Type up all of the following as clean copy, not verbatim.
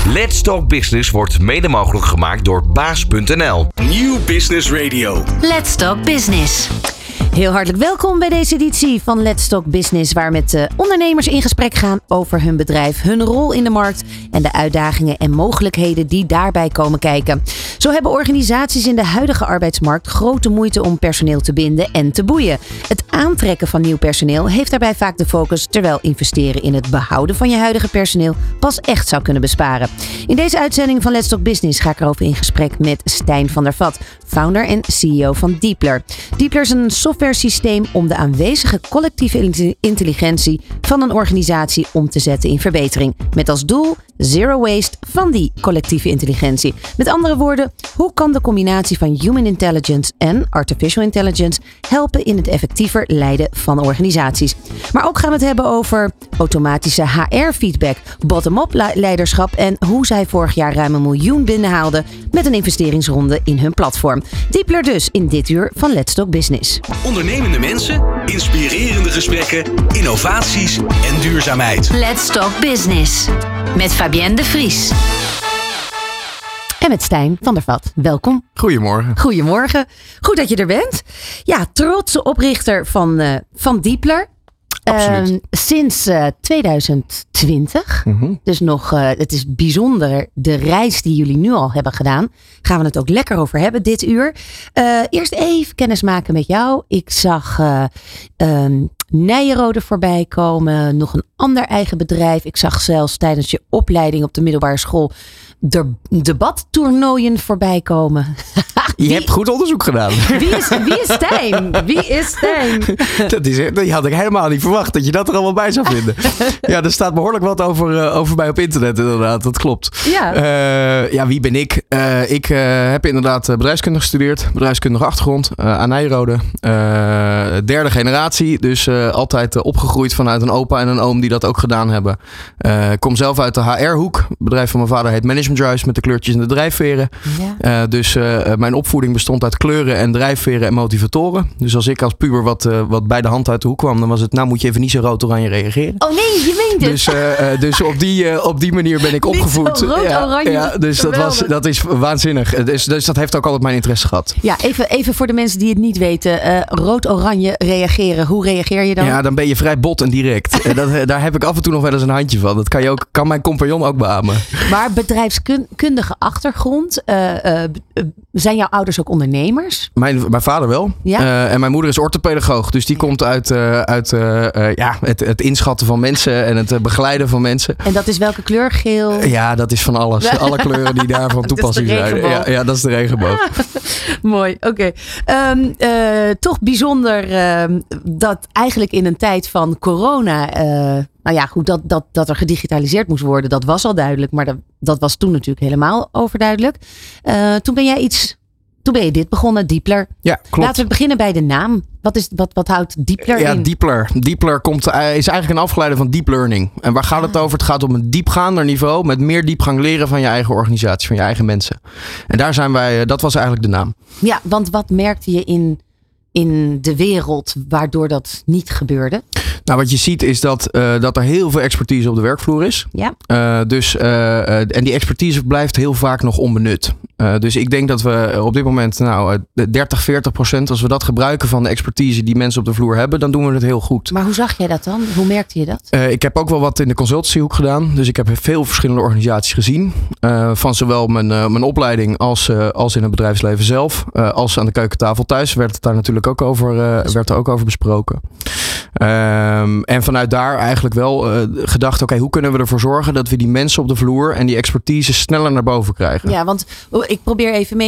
Let's Talk Business wordt mede mogelijk gemaakt door baas.nl. Nieuw Business Radio. Let's Talk Business. Heel hartelijk welkom bij deze editie van Let's Talk Business, waar met ondernemers in gesprek gaan over hun bedrijf, hun rol in de markt en de uitdagingen en mogelijkheden die daarbij komen kijken. Zo hebben organisaties in de huidige arbeidsmarkt grote moeite om personeel te binden en te boeien. Het aantrekken van nieuw personeel heeft daarbij vaak de focus, terwijl investeren in het behouden van je huidige personeel pas echt zou kunnen besparen. In deze uitzending van Let's Talk Business ga ik erover in gesprek met Stijn van der Vat, founder en CEO van Deepler. Deepler is een softwaresysteem om de aanwezige collectieve intelligentie van een organisatie om te zetten in verbetering. Met als doel zero waste van die collectieve intelligentie. Met andere woorden, hoe kan de combinatie van human intelligence en artificial intelligence helpen in het effectiever leiden van organisaties? Maar ook gaan we het hebben over automatische HR-feedback, bottom-up leiderschap en hoe zij vorig jaar ruim $1 miljoen binnenhaalden met een investeringsronde in hun platform. Deepler dus in dit uur van Let's Talk Business. Ondernemende mensen, inspirerende gesprekken, innovaties en duurzaamheid. Let's Talk Business. Met Fabienne de Vries. En met Stijn van der Vat. Welkom. Goedemorgen. Goedemorgen. Goed dat je er bent. Ja, trotse oprichter van Deepler. Absoluut. Sinds 2020. Dus nog, het is bijzonder de reis die jullie nu al hebben gedaan. Gaan we het ook lekker over hebben dit uur. Eerst even kennis maken met jou. Ik zag Nijrode voorbij komen. Nog een ander eigen bedrijf. Ik zag zelfs tijdens je opleiding op de middelbare school debattoernooien voorbij komen. Je hebt goed onderzoek gedaan. Wie is Stijn? Wie is Stijn? Dat had ik helemaal niet verwacht dat je dat er allemaal bij zou vinden. Ja, er staat behoorlijk wat over mij op internet inderdaad. Dat klopt. Ja, wie ben ik? Ik heb inderdaad bedrijfskunde gestudeerd. Bedrijfskundige achtergrond aan Nijrode. Derde generatie. Dus altijd opgegroeid vanuit een opa en een oom die dat ook gedaan hebben. Kom zelf uit de HR-hoek. Het bedrijf van mijn vader heet Management Drives met de kleurtjes en de drijfveren. Ja. Dus mijn opvoeding bestond uit kleuren en drijfveren en motivatoren. Dus als ik als puber wat bij de hand uit de hoek kwam, dan was het, nou moet je even niet zo rood-oranje reageren. Oh nee, je meent het. Dus op die manier ben ik opgevoed. Niet zo rood-oranje. Ja, dus dat is waanzinnig. Dus dat heeft ook altijd mijn interesse gehad. Ja, even voor de mensen die het niet weten. Rood-oranje reageren. Hoe reageer je dan? Ja, dan ben je vrij bot en direct. Daar heb ik af en toe nog wel eens een handje van. Dat kan mijn compagnon ook beamen. Maar bedrijfskundige achtergrond. Zijn jouw ouders ook ondernemers? Mijn vader wel. Ja? En mijn moeder is orthopedagoog. Dus die komt uit het inschatten van mensen en het begeleiden van mensen. En dat is welke kleur? Geel? Ja, dat is van alles. Alle kleuren die daarvan toepassing zijn. Ja, dat is de regenboog. Mooi, oké. Toch bijzonder dat eigenlijk in een tijd van corona... dat er gedigitaliseerd moest worden, dat was al duidelijk. Maar dat was toen natuurlijk helemaal overduidelijk. Toen ben je dit begonnen, Deepler. Ja, klopt. Laten we beginnen bij de naam. Wat houdt Deepler in? Ja, Deepler. Deepler is eigenlijk een afgeleide van deep learning. En waar gaat het over? Het gaat om een diepgaander niveau met meer diepgang leren van je eigen organisatie, van je eigen mensen. En daar zijn wij, dat was eigenlijk de naam. Ja, want wat merkte je in de wereld waardoor dat niet gebeurde? Nou, wat je ziet is dat er heel veel expertise op de werkvloer is. Ja. En die expertise blijft heel vaak nog onbenut. Dus ik denk dat we op dit moment 30-40%, als we dat gebruiken van de expertise die mensen op de vloer hebben, dan doen we het heel goed. Maar hoe zag jij dat dan? Hoe merkte je dat? Ik heb ook wel wat in de consultancyhoek gedaan. Dus ik heb veel verschillende organisaties gezien. Van zowel mijn opleiding als in het bedrijfsleven zelf. Als aan de keukentafel thuis werd het daar natuurlijk ook over besproken. En vanuit daar eigenlijk wel gedacht, oké, hoe kunnen we ervoor zorgen dat we die mensen op de vloer en die expertise sneller naar boven krijgen? Ja, want ik probeer even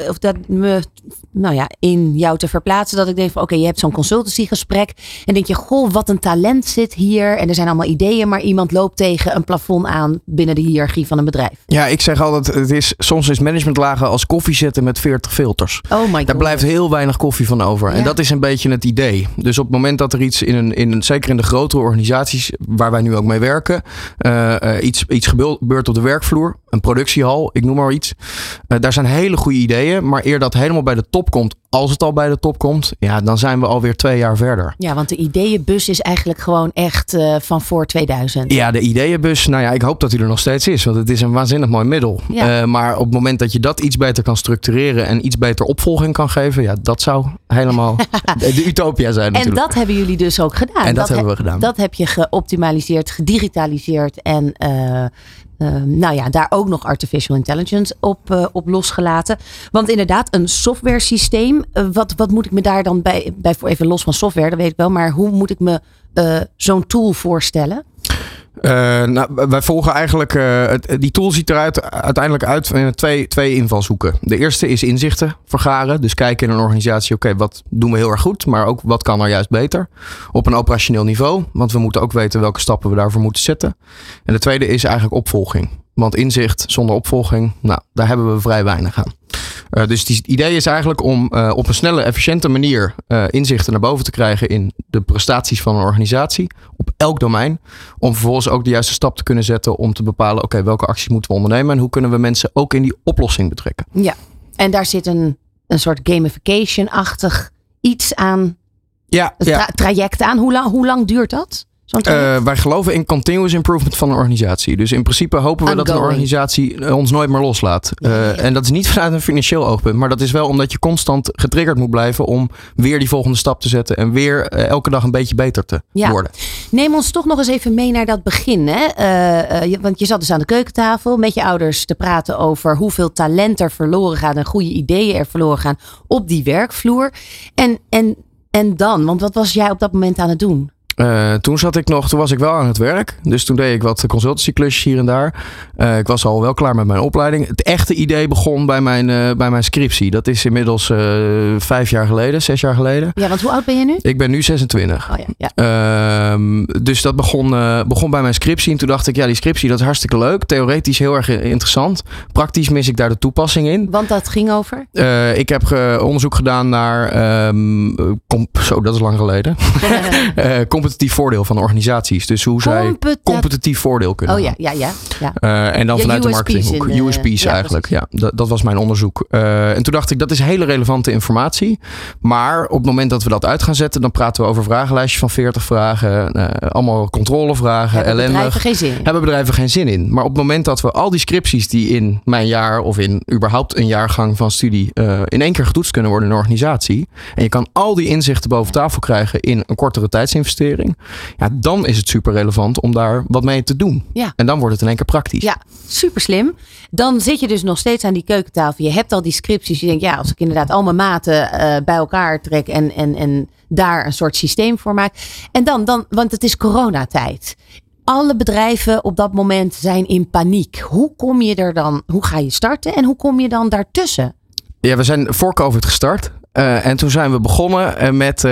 in jou te verplaatsen. Dat ik denk van oké, je hebt zo'n consultancygesprek. En denk je, goh, wat een talent zit hier. En er zijn allemaal ideeën, maar iemand loopt tegen een plafond aan binnen de hiërarchie van een bedrijf. Ja, ik zeg altijd, soms is managementlagen als koffie zetten met 40 filters. Oh my God. Daar blijft heel weinig koffie van over. over. Ja. En dat is een beetje het idee. Dus op het moment dat er iets zeker in de grotere organisaties waar wij nu ook mee werken, iets gebeurt op de werkvloer, een productiehal, ik noem maar iets. Daar zijn hele goede ideeën, maar eer dat helemaal bij de top komt, als het al bij de top komt, ja, dan zijn we alweer 2 jaar verder. Ja, want de ideeënbus is eigenlijk gewoon echt van voor 2000. Ja, de ideeënbus, nou ja, ik hoop dat die er nog steeds is, want het is een waanzinnig mooi middel. Ja. Maar op het moment dat je dat iets beter kan structureren en iets beter opvolging kan geven, ja, dat zou helemaal de utopia zijn natuurlijk. En dat hebben jullie dus ook gedaan. En dat hebben we gedaan. Dat heb je geoptimaliseerd, gedigitaliseerd en daar ook nog artificial intelligence op losgelaten. Want inderdaad, een software systeem. Wat moet ik me daar dan bij voor even los van software, dat weet ik wel. Maar hoe moet ik me zo'n tool voorstellen? Wij volgen eigenlijk, die tool ziet eruit uiteindelijk uit in twee invalshoeken. De eerste is inzichten vergaren. Dus kijken in een organisatie, oké, wat doen we heel erg goed, maar ook wat kan er juist beter op een operationeel niveau. Want we moeten ook weten welke stappen we daarvoor moeten zetten. En de tweede is eigenlijk opvolging. Want inzicht zonder opvolging, daar hebben we vrij weinig aan. Dus het idee is eigenlijk om op een snelle, efficiënte manier inzichten naar boven te krijgen in de prestaties van een organisatie op elk domein. Om vervolgens ook de juiste stap te kunnen zetten om te bepalen, oké, welke acties moeten we ondernemen en hoe kunnen we mensen ook in die oplossing betrekken. Ja, en daar zit een soort gamification-achtig iets aan, traject aan. Hoe lang duurt dat? Wij geloven in continuous improvement van een organisatie. Dus in principe hopen we dat een organisatie ons nooit meer loslaat. En dat is niet vanuit een financieel oogpunt. Maar dat is wel omdat je constant getriggerd moet blijven om weer die volgende stap te zetten. En weer elke dag een beetje beter te worden. Neem ons toch nog eens even mee naar dat begin. Hè? Want je zat dus aan de keukentafel met je ouders te praten over hoeveel talent er verloren gaat. En goede ideeën er verloren gaan op die werkvloer. En dan, want wat was jij op dat moment aan het doen? Toen was ik wel aan het werk. Dus toen deed ik wat consultancyklusjes hier en daar. Ik was al wel klaar met mijn opleiding. Het echte idee begon bij mijn scriptie. Dat is inmiddels 6 jaar geleden. Ja, want hoe oud ben je nu? Ik ben nu 26. Oh ja. Dus dat begon bij mijn scriptie. En toen dacht ik, ja, die scriptie, dat is hartstikke leuk. Theoretisch heel erg interessant. Praktisch mis ik daar de toepassing in. Want dat ging over? Ik heb onderzoek gedaan naar... dat is lang geleden. Competitief voordeel van organisaties. Dus hoe zij competitief voordeel kunnen hebben. En dan vanuit de marketinghoek. USP's eigenlijk. Ja, dat was mijn onderzoek. En toen dacht ik, dat is hele relevante informatie. Maar op het moment dat we dat uit gaan zetten, dan praten we over vragenlijstjes van 40 vragen. Allemaal controlevragen. Hebben bedrijven geen zin in. Maar op het moment dat we al die scripties die in mijn jaar of in überhaupt een jaargang van studie in 1 keer getoetst kunnen worden in een organisatie. En je kan al die inzichten boven tafel krijgen in een kortere tijdsinvestering. Ja, dan is het super relevant om daar wat mee te doen. Ja. En dan wordt het in 1 keer praktisch. Ja, super slim. Dan zit je dus nog steeds aan die keukentafel. Je hebt al die scripties. Je denkt, ja, als ik inderdaad al mijn maten bij elkaar trek en daar een soort systeem voor maak. En dan, want het is coronatijd. Alle bedrijven op dat moment zijn in paniek. Hoe kom je er dan? Hoe ga je starten en hoe kom je dan daartussen? Ja, we zijn voor COVID gestart. En toen zijn we begonnen met...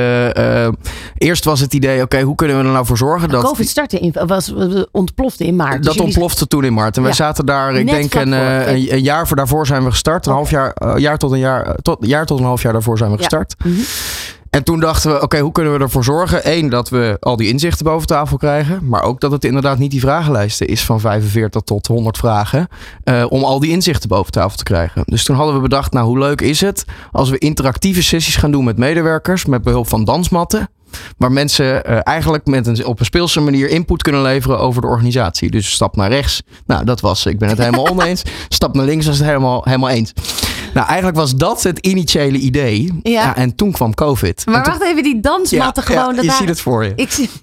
eerst was het idee, oké, hoe kunnen we er nou voor zorgen dat... COVID ontplofte in maart. Dat ontplofte toen in maart. En wij zaten daar, ik denk een jaar daarvoor zijn we gestart. Een jaar tot een half jaar daarvoor zijn we gestart. Mm-hmm. En toen dachten we, oké, hoe kunnen we ervoor zorgen? 1, dat we al die inzichten boven tafel krijgen. Maar ook dat het inderdaad niet die vragenlijsten is van 45 tot 100 vragen. Om al die inzichten boven tafel te krijgen. Dus toen hadden we bedacht, nou, hoe leuk is het als we interactieve sessies gaan doen met medewerkers. Met behulp van dansmatten. Waar mensen eigenlijk op een speelse manier input kunnen leveren over de organisatie. Dus stap naar rechts. Nou, dat was, ik ben het helemaal oneens. Stap naar links was het helemaal eens. Nou, eigenlijk was dat het initiële idee. Ja, en toen kwam COVID. Maar wacht even, die dansmatten gewoon. Ja, je ziet het voor je.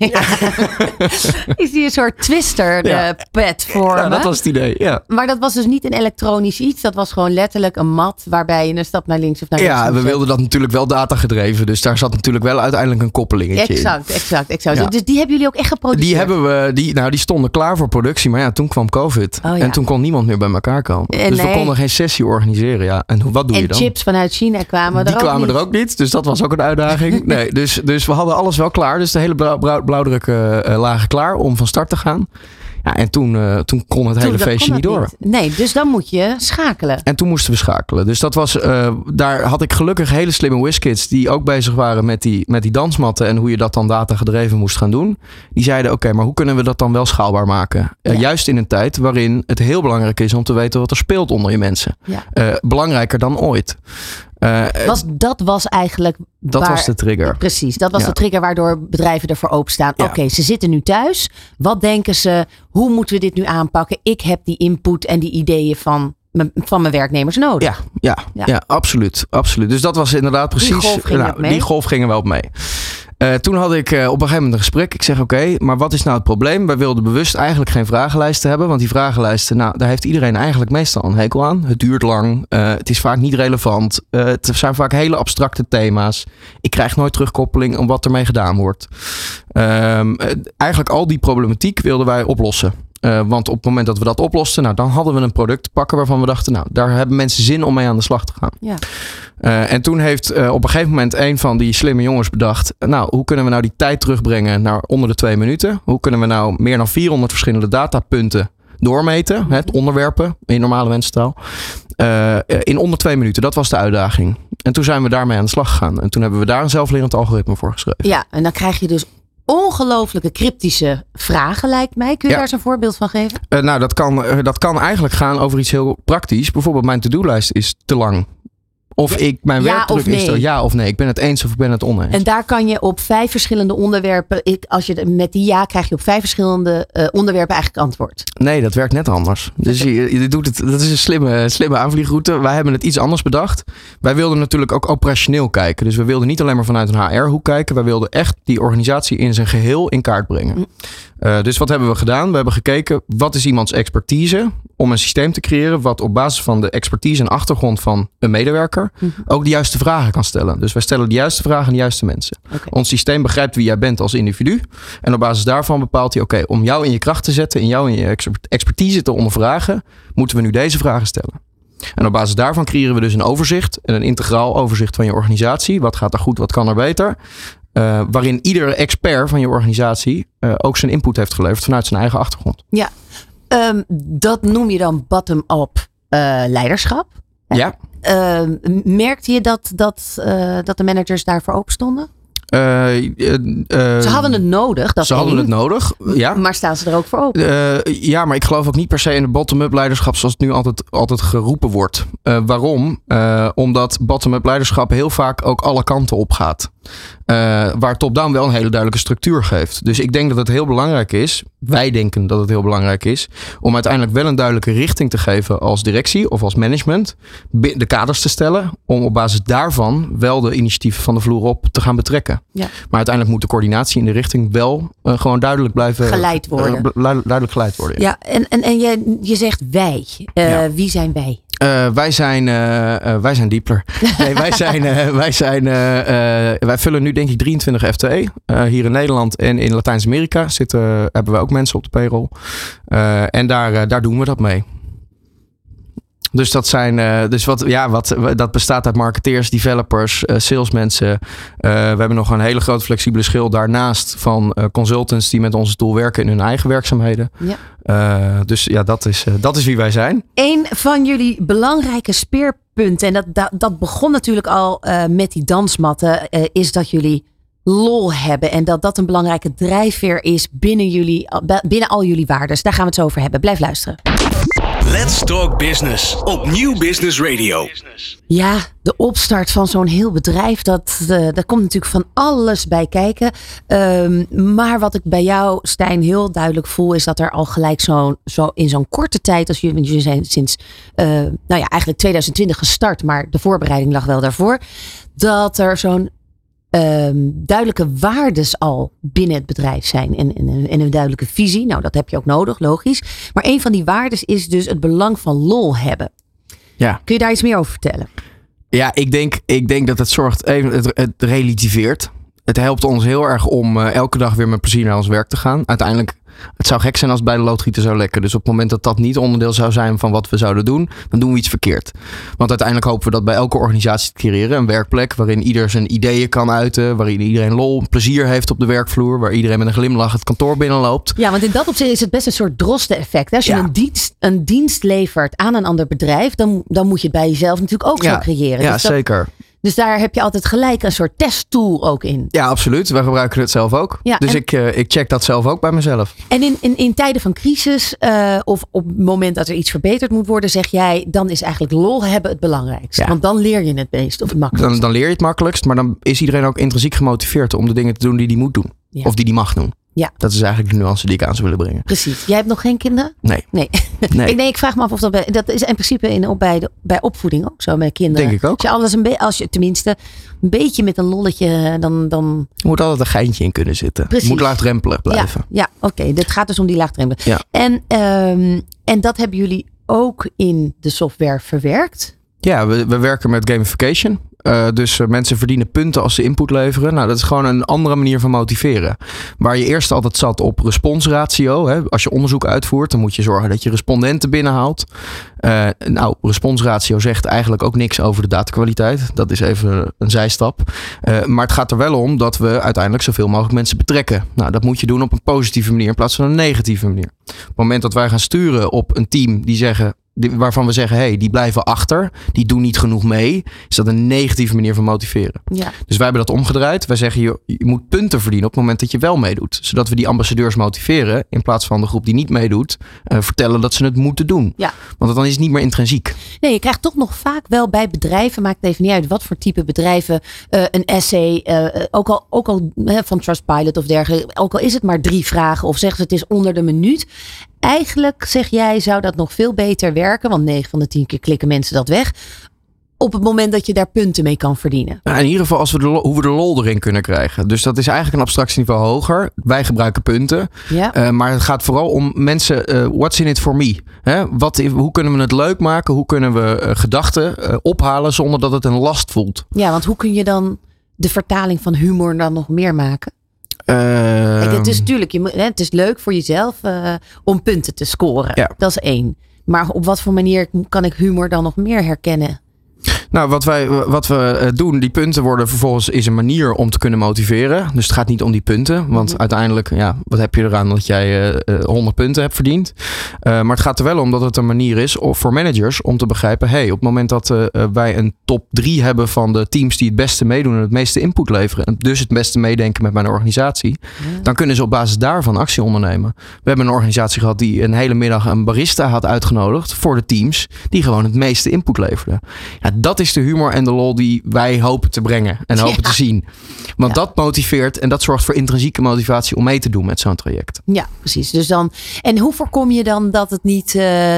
Ik zie een soort twister pad voor me. Dat was het idee, ja. Maar dat was dus niet een elektronisch iets. Dat was gewoon letterlijk een mat waarbij je een stap naar links of naar rechts. Ja, we wilden dat natuurlijk wel data gedreven. Dus daar zat natuurlijk wel uiteindelijk een koppelingetje in. Exact. Ja. Dus die hebben jullie ook echt geproduceerd? Die stonden klaar voor productie. Maar ja, toen kwam COVID. Oh, ja. En toen kon niemand meer bij elkaar komen. Dus we konden geen sessie organiseren. Ja. En wat doe je dan? En chips vanuit China kwamen er ook niet. Dus dat was ook een uitdaging. Nee, dus we hadden alles wel klaar. Dus de hele blauwdrukken lagen klaar om van start te gaan. Ja, en toen kon het hele feestje niet door. Nee, dus dan moet je schakelen. En toen moesten we schakelen. Dus dat was, daar had ik gelukkig hele slimme WizKids die ook bezig waren met die dansmatten en hoe je dat dan datagedreven moest gaan doen. Die zeiden, oké, maar hoe kunnen we dat dan wel schaalbaar maken? Juist in een tijd waarin het heel belangrijk is om te weten wat er speelt onder je mensen. Ja. Belangrijker dan ooit. Dat was eigenlijk... Dat was de trigger. Precies, dat was de trigger waardoor bedrijven ervoor openstaan. Ja. Oké, ze zitten nu thuis. Wat denken ze? Hoe moeten we dit nu aanpakken? Ik heb die input en die ideeën van mijn werknemers nodig. Ja, absoluut. Dus dat was inderdaad precies... Die golf gingen wel op mee. Toen had ik op een gegeven moment een gesprek. Ik zeg oké, maar wat is nou het probleem? Wij wilden bewust eigenlijk geen vragenlijsten hebben. Want die vragenlijsten, daar heeft iedereen eigenlijk meestal een hekel aan. Het duurt lang. Het is vaak niet relevant. Het zijn vaak hele abstracte thema's. Ik krijg nooit terugkoppeling om wat ermee gedaan wordt. Eigenlijk al die problematiek wilden wij oplossen. Want op het moment dat we dat oplosten, dan hadden we een product te pakken waarvan we dachten, daar hebben mensen zin om mee aan de slag te gaan. Ja. En toen heeft op een gegeven moment een van die slimme jongens bedacht, hoe kunnen we nou die tijd terugbrengen naar onder de 2 minuten? Hoe kunnen we nou meer dan 400 verschillende datapunten doormeten, het onderwerpen in normale mensentaal, in onder 2 minuten. Dat was de uitdaging. En toen zijn we daarmee aan de slag gegaan. En toen hebben we daar een zelflerend algoritme voor geschreven. Ja, en dan krijg je dus ongelooflijke cryptische vragen, lijkt mij. Kun je daar eens een voorbeeld van geven? Dat kan eigenlijk gaan over iets heel praktisch. Bijvoorbeeld mijn to-do-lijst is te lang. Of mijn werkdruk is er ja of nee. Ik ben het eens of ik ben het oneens. En daar kan je op 5 verschillende onderwerpen... Als je met die krijg je op 5 verschillende onderwerpen eigenlijk antwoord. Nee, dat werkt net anders. Dus je doet het. Dat is een slimme aanvliegroute. Wij hebben het iets anders bedacht. Wij wilden natuurlijk ook operationeel kijken. Dus we wilden niet alleen maar vanuit een HR-hoek kijken. Wij wilden echt die organisatie in zijn geheel in kaart brengen. Dus wat hebben we gedaan? We hebben gekeken, wat is iemands expertise om een systeem te creëren wat op basis van de expertise en achtergrond van een medewerker ook de juiste vragen kan stellen. Dus wij stellen de juiste vragen aan de juiste mensen. Okay. Ons systeem begrijpt wie jij bent als individu. En op basis daarvan bepaalt hij, om jou in je kracht te zetten, in jou in je expertise te ondervragen, moeten we nu deze vragen stellen. En op basis daarvan creëren we dus een overzicht en een integraal overzicht van je organisatie. Wat gaat er goed, wat kan er beter? Waarin iedere expert van je organisatie ook zijn input heeft geleverd vanuit zijn eigen achtergrond. Ja, dat noem je dan bottom-up leiderschap. Ja. Merkte je dat de managers daarvoor open stonden? Ze hadden het nodig. Ze hadden het nodig, ja. Maar staan ze er ook voor open? Ja, maar ik geloof ook niet per se in de bottom-up leiderschap zoals het nu altijd geroepen wordt. Waarom? Omdat bottom-up leiderschap heel vaak ook alle kanten op gaat. Waar top-down wel een hele duidelijke structuur geeft. Dus ik denk dat het heel belangrijk is, wij denken dat het heel belangrijk is, om uiteindelijk wel een duidelijke richting te geven als directie of als management. De kaders te stellen, om op basis daarvan wel de initiatieven van de vloer op te gaan betrekken. Ja. Maar uiteindelijk moet de coördinatie in de richting wel gewoon duidelijk blijven geleid worden. Duidelijk geleid worden. Ja, en je zegt wij. Wie zijn wij? Wij zijn Diepler. Nee, wij vullen nu denk ik 23 FTE. Hier in Nederland en in Latijns-Amerika hebben we ook mensen op de payroll. En daar doen we dat mee. Dus dat zijn, dat bestaat uit marketeers, developers, salesmensen. We hebben nog een hele grote flexibele schil daarnaast van consultants die met onze tool werken in hun eigen werkzaamheden. Ja. Dus ja, dat is wie wij zijn. Een van jullie belangrijke speerpunten, en dat begon natuurlijk al met die dansmatten, is dat jullie lol hebben. En dat een belangrijke drijfveer is binnen al jullie waardes. Daar gaan we het zo over hebben. Blijf luisteren. Let's Talk Business op Nieuw Business Radio. Ja, de opstart van zo'n heel bedrijf, daar komt natuurlijk van alles bij kijken. Maar wat ik bij jou, Stijn, heel duidelijk voel, is dat er al gelijk zo in zo'n korte tijd, als jullie zijn sinds eigenlijk 2020 gestart, maar de voorbereiding lag wel daarvoor, dat er zo'n duidelijke waardes al binnen het bedrijf zijn en een duidelijke visie. Nou, dat heb je ook nodig, logisch. Maar een van die waardes is dus het belang van lol hebben. Ja. Kun je daar iets meer over vertellen? Ja, ik denk dat het zorgt, het relativeert. Het helpt ons heel erg om elke dag weer met plezier naar ons werk te gaan. Uiteindelijk Het zou gek zijn als het bij de loodgieter zou lekken. Dus op het moment dat dat niet onderdeel zou zijn van wat we zouden doen, dan doen we iets verkeerd. Want uiteindelijk hopen we dat bij elke organisatie te creëren. Een werkplek waarin ieder zijn ideeën kan uiten. Waarin iedereen lol, plezier heeft op de werkvloer. Waar iedereen met een glimlach het kantoor binnenloopt. Ja, want in dat opzicht is het best een soort drosten-effect. Als je een dienst levert aan een ander bedrijf, dan moet je het bij jezelf natuurlijk ook zo creëren. Ja, dus zeker. Dus daar heb je altijd gelijk een soort testtool ook in. Ja, absoluut. Wij gebruiken het zelf ook. Ja, dus ik check dat zelf ook bij mezelf. En in tijden van crisis of op het moment dat er iets verbeterd moet worden, zeg jij, dan is eigenlijk lol hebben het belangrijkste. Ja. Want dan leer je het meest of het makkelijkst. Dan leer je het makkelijkst, maar dan is iedereen ook intrinsiek gemotiveerd om de dingen te doen die hij moet doen. Ja. Of die hij mag doen. Ja. Dat is eigenlijk de nuance die ik aan zou willen brengen. Precies. Jij hebt nog geen kinderen? Nee. Ik vraag me af of dat is in principe bij opvoeding ook zo bij kinderen. Denk ik ook. Als je tenminste een beetje met een lolletje dan... Er moet altijd een geintje in kunnen zitten. Precies. Het moet laagdrempelig blijven. Ja, oké. Dit gaat dus om die laagdrempel. Ja. En dat hebben jullie ook in de software verwerkt? Ja, we werken met gamification. Dus mensen verdienen punten als ze input leveren. Nou, dat is gewoon een andere manier van motiveren. Waar je eerst altijd zat op responsratio. Hè? Als je onderzoek uitvoert, dan moet je zorgen dat je respondenten binnenhaalt. Responsratio zegt eigenlijk ook niks over de datakwaliteit. Dat is even een zijstap. Maar het gaat er wel om dat we uiteindelijk zoveel mogelijk mensen betrekken. Nou, dat moet je doen op een positieve manier in plaats van een negatieve manier. Op het moment dat wij gaan sturen op een team waarvan we zeggen, die blijven achter, die doen niet genoeg mee, is dat een negatieve manier van motiveren. Ja. Dus wij hebben dat omgedraaid. Wij zeggen, je moet punten verdienen op het moment dat je wel meedoet. Zodat we die ambassadeurs motiveren, in plaats van de groep die niet meedoet, vertellen dat ze het moeten doen. Ja. Want dan is het niet meer intrinsiek. Nee, je krijgt toch nog vaak wel bij bedrijven, maakt het even niet uit wat voor type bedrijven, een essay, ook al van Trustpilot of dergelijke, ook al is het maar 3 vragen of zeggen ze het is onder de minuut. Eigenlijk, zeg jij, zou dat nog veel beter werken. Want 9 van de 10 keer klikken mensen dat weg. Op het moment dat je daar punten mee kan verdienen. Nou, in ieder geval hoe we de lol erin kunnen krijgen. Dus dat is eigenlijk een abstractieniveau hoger. Wij gebruiken punten. Ja. Maar het gaat vooral om mensen. What's in it for me? Hoe kunnen we het leuk maken? Hoe kunnen we gedachten ophalen zonder dat het een last voelt? Ja, want hoe kun je dan de vertaling van humor dan nog meer maken? Kijk, het is natuurlijk, het is leuk voor jezelf om punten te scoren. Ja. Dat is 1. Maar op wat voor manier kan ik humor dan nog meer herkennen? Nou, wat we doen, die punten worden vervolgens is een manier om te kunnen motiveren. Dus het gaat niet om die punten. Want uiteindelijk, wat heb je eraan dat jij 100 punten hebt verdiend? Maar het gaat er wel om dat het een manier is voor managers om te begrijpen, op het moment dat wij een top 3 hebben van de teams die het beste meedoen en het meeste input leveren, en dus het beste meedenken met mijn organisatie, dan kunnen ze op basis daarvan actie ondernemen. We hebben een organisatie gehad die een hele middag een barista had uitgenodigd voor de teams die gewoon het meeste input leverden. Ja, dat is de humor en de lol die wij hopen te brengen en hopen te zien. Want dat motiveert en dat zorgt voor intrinsieke motivatie om mee te doen met zo'n traject. Ja, precies. Dus dan, en hoe voorkom je dan dat het niet,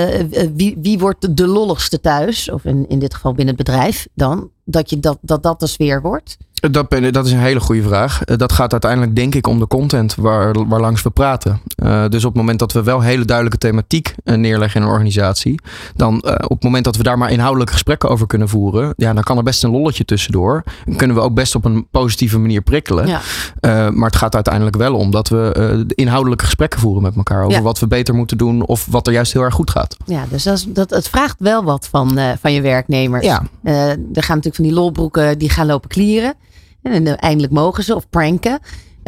wie wordt de lolligste thuis? Of in dit geval binnen het bedrijf dan? Dat de sfeer wordt? Dat is een hele goede vraag. Dat gaat uiteindelijk denk ik om de content waar langs we praten. Dus op het moment dat we wel hele duidelijke thematiek neerleggen in een organisatie, dan op het moment dat we daar maar inhoudelijke gesprekken over kunnen voeren, dan kan er best een lolletje tussendoor. Dan kunnen we ook best op een positieve manier prikkelen. Ja. Maar het gaat uiteindelijk wel om dat we inhoudelijke gesprekken voeren met elkaar over wat we beter moeten doen of wat er juist heel erg goed gaat. Ja, dus het vraagt wel wat van je werknemers. Ja. Er gaan natuurlijk van die lolbroeken die gaan lopen klieren. En eindelijk mogen ze of pranken.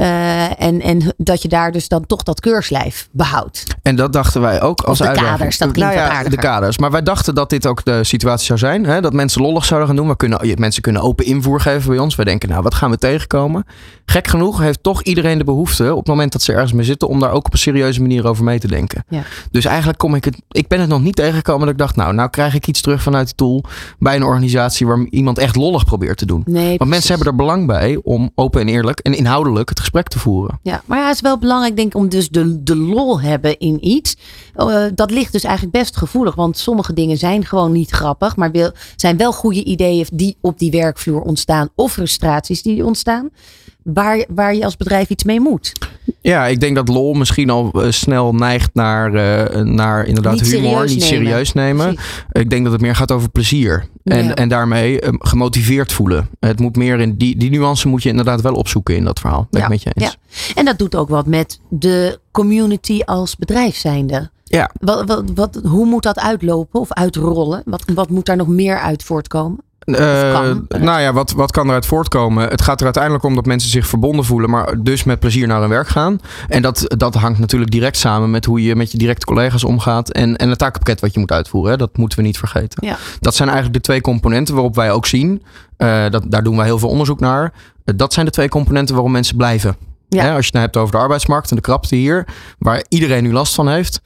En dat je daar dus dan toch dat keurslijf behoudt. En dat dachten wij ook als uitdaging. De kaders, dat klinkt aardiger. De kaders. Maar wij dachten dat dit ook de situatie zou zijn. Hè? Dat mensen lollig zouden gaan doen. Mensen kunnen open invoer geven bij ons. Wij denken, wat gaan we tegenkomen? Gek genoeg heeft toch iedereen de behoefte op het moment dat ze ergens mee zitten om daar ook op een serieuze manier over mee te denken. Ja. Dus eigenlijk ik ben het nog niet tegengekomen dat ik dacht, nou krijg ik iets terug vanuit die tool bij een organisatie waar iemand echt lollig probeert te doen. Nee, want mensen hebben er belang bij om open en eerlijk en inhoudelijk het gesprek te voeren. Ja, maar het is wel belangrijk denk ik om dus de lol hebben in iets. Dat ligt dus eigenlijk best gevoelig, want sommige dingen zijn gewoon niet grappig, maar zijn wel goede ideeën die op die werkvloer ontstaan of frustraties die ontstaan. Waar je als bedrijf iets mee moet. Ja, ik denk dat lol misschien al snel neigt naar inderdaad Niet humor, niet serieus nemen. Precies. Ik denk dat het meer gaat over plezier. En daarmee gemotiveerd voelen. Het moet meer in die nuance moet je inderdaad wel opzoeken in dat verhaal. Ben ik met je eens. Ja. En dat doet ook wat met de community als bedrijf zijnde. Ja. Hoe moet dat uitlopen of uitrollen? Wat moet daar nog meer uit voortkomen? Wat kan eruit voortkomen? Het gaat er uiteindelijk om dat mensen zich verbonden voelen, maar dus met plezier naar hun werk gaan. En dat hangt natuurlijk direct samen met hoe je met je directe collega's omgaat en het taakpakket wat je moet uitvoeren. Hè? Dat moeten we niet vergeten. Ja. Dat zijn eigenlijk de 2 componenten waarop wij ook zien. Daar doen wij heel veel onderzoek naar. Dat zijn de 2 componenten waarom mensen blijven. Ja. Als je het nou hebt over de arbeidsmarkt en de krapte hier, waar iedereen nu last van heeft.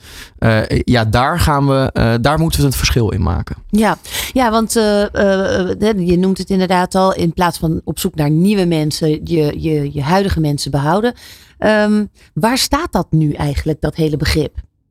Daar moeten we het verschil in maken. Ja, want je noemt het inderdaad al. In plaats van op zoek naar nieuwe mensen, je huidige mensen behouden. Waar staat dat nu eigenlijk, dat hele begrip?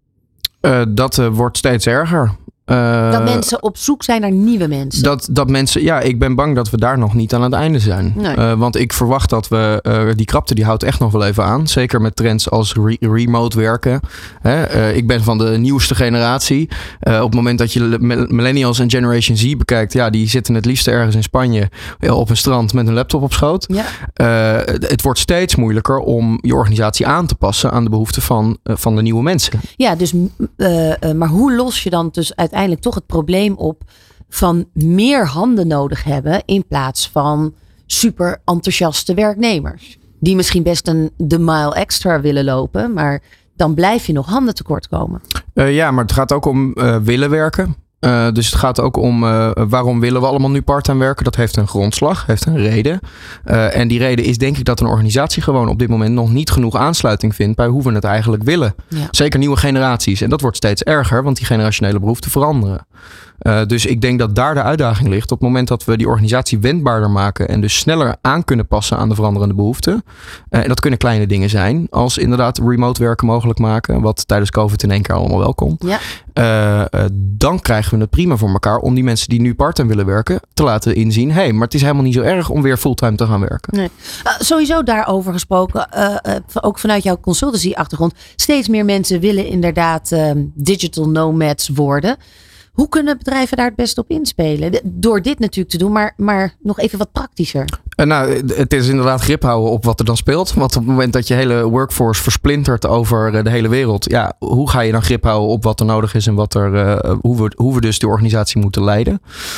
Dat wordt steeds erger. Dat mensen op zoek zijn naar nieuwe mensen. Dat mensen, ik ben bang dat we daar nog niet aan het einde zijn. Nee. Want ik verwacht dat we, die krapte die houdt echt nog wel even aan. Zeker met trends als remote werken. Ik ben van de nieuwste generatie. Op het moment dat je millennials en Generation Z bekijkt. Die zitten het liefst ergens in Spanje op een strand met een laptop op schoot. Ja. Het wordt steeds moeilijker om je organisatie aan te passen aan de behoeften van de nieuwe mensen. Ja, dus maar hoe los je dan dus uiteindelijk toch het probleem op van meer handen nodig hebben in plaats van super enthousiaste werknemers. Die misschien best de mile extra willen lopen, maar dan blijf je nog handen tekort komen. Maar het gaat ook om willen werken. Dus het gaat ook om waarom willen we allemaal nu parttime werken. Dat heeft een grondslag, heeft een reden. En die reden is denk ik dat een organisatie gewoon op dit moment nog niet genoeg aansluiting vindt bij hoe we het eigenlijk willen. Ja. Zeker nieuwe generaties. En dat wordt steeds erger, want die generationele behoeften veranderen. Dus ik denk dat daar de uitdaging ligt. Op het moment dat we die organisatie wendbaarder maken en dus sneller aan kunnen passen aan de veranderende behoeften. En dat kunnen kleine dingen zijn, als inderdaad remote werken mogelijk maken, wat tijdens COVID in één keer allemaal wel kon. Ja. Dan krijgen we het prima voor elkaar om die mensen die nu parttime willen werken te laten inzien. Maar het is helemaal niet zo erg om weer fulltime te gaan werken. Nee. Sowieso daarover gesproken, ook vanuit jouw consultancy-achtergrond. Steeds meer mensen willen inderdaad digital nomads worden. Hoe kunnen bedrijven daar het best op inspelen? Door dit natuurlijk te doen, maar nog even wat praktischer. Het is inderdaad grip houden op wat er dan speelt. Want op het moment dat je hele workforce versplintert over de hele wereld. Hoe ga je dan grip houden op wat er nodig is en hoe we dus die organisatie moeten leiden?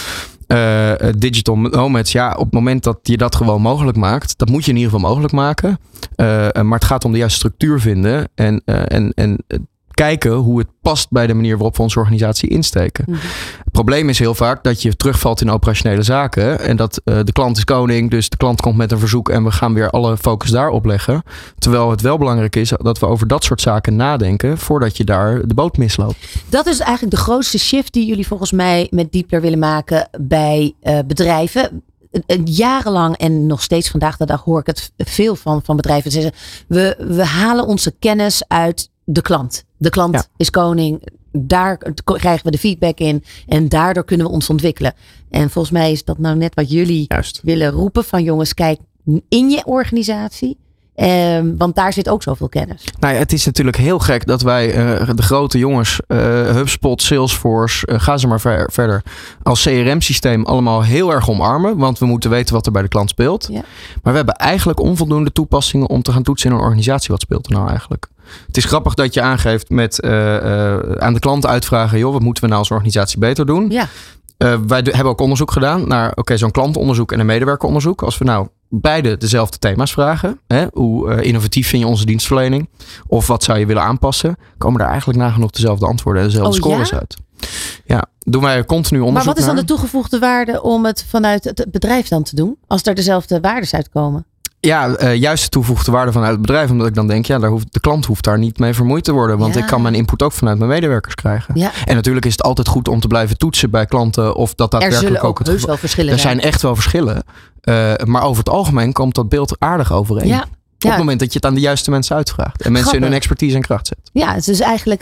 Digital nomads, op het moment dat je dat gewoon mogelijk maakt, dat moet je in ieder geval mogelijk maken. Maar het gaat om de juiste structuur vinden en kijken hoe het past bij de manier waarop we onze organisatie insteken. Mm-hmm. Het probleem is heel vaak dat je terugvalt in operationele zaken en dat de klant is koning, dus de klant komt met een verzoek en we gaan weer alle focus daarop leggen. Terwijl het wel belangrijk is dat we over dat soort zaken nadenken voordat je daar de boot misloopt. Dat is eigenlijk de grootste shift die jullie volgens mij met Deepler willen maken bij bedrijven. Jarenlang en nog steeds vandaag de dag hoor ik het veel van bedrijven zeggen. We halen onze kennis uit de klant. De klant is koning. Daar krijgen we de feedback in. En daardoor kunnen we ons ontwikkelen. En volgens mij is dat nou net wat jullie willen roepen. Van jongens, kijk in je organisatie. Want daar zit ook zoveel kennis. Het is natuurlijk heel gek dat wij de grote jongens, HubSpot, Salesforce, ga ze maar verder, als CRM-systeem allemaal heel erg omarmen. Want we moeten weten wat er bij de klant speelt. Ja. Maar we hebben eigenlijk onvoldoende toepassingen om te gaan toetsen in een organisatie. Wat speelt er nou eigenlijk? Het is grappig dat je aangeeft met aan de klant uitvragen, joh, wat moeten we nou als organisatie beter doen? Ja. Wij hebben ook onderzoek gedaan naar zo'n klantonderzoek en een medewerkeronderzoek. Als we nou beide dezelfde thema's vragen. Hoe innovatief vind je onze dienstverlening? Of wat zou je willen aanpassen? Komen er eigenlijk nagenoeg dezelfde antwoorden en dezelfde scores uit. Ja, doen wij continu onderzoek. Maar wat is dan de toegevoegde waarde om het vanuit het bedrijf dan te doen? Als er dezelfde waarden uitkomen? Juist de toegevoegde waarde vanuit het bedrijf. Omdat ik dan denk, de klant hoeft daar niet mee vermoeid te worden. Want ik kan mijn input ook vanuit mijn medewerkers krijgen. Ja. En natuurlijk is het altijd goed om te blijhet toetsen bij klanten. Of dat daadwerkelijk ook het geval. Er zijn echt wel verschillen. Maar over het algemeen komt dat beeld aardig overeen. Ja. Op het moment dat je het aan de juiste mensen uitvraagt. En mensen in hun expertise en kracht zet. Ja, het is eigenlijk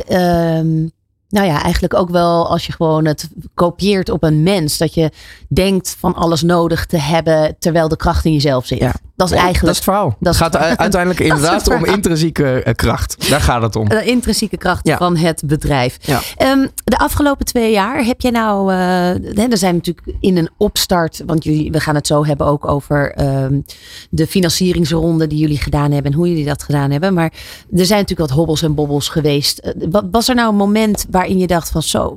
eigenlijk ook wel als je gewoon het kopieert op een mens. Dat je denkt van alles nodig te hebben terwijl de kracht in jezelf zit. Ja. Dat is eigenlijk... Dat is het verhaal. Het gaat uiteindelijk inderdaad om intrinsieke kracht. Daar gaat het om. De intrinsieke kracht van het bedrijf. Ja. De afgelopen 2 jaar heb jij nou... er zijn natuurlijk in een opstart... Want we gaan het zo hebben ook over de financieringsronde die jullie gedaan hebben. En hoe jullie dat gedaan hebben. Maar er zijn natuurlijk wat hobbels en bobbels geweest. Was er nou een moment waarin je dacht van zo...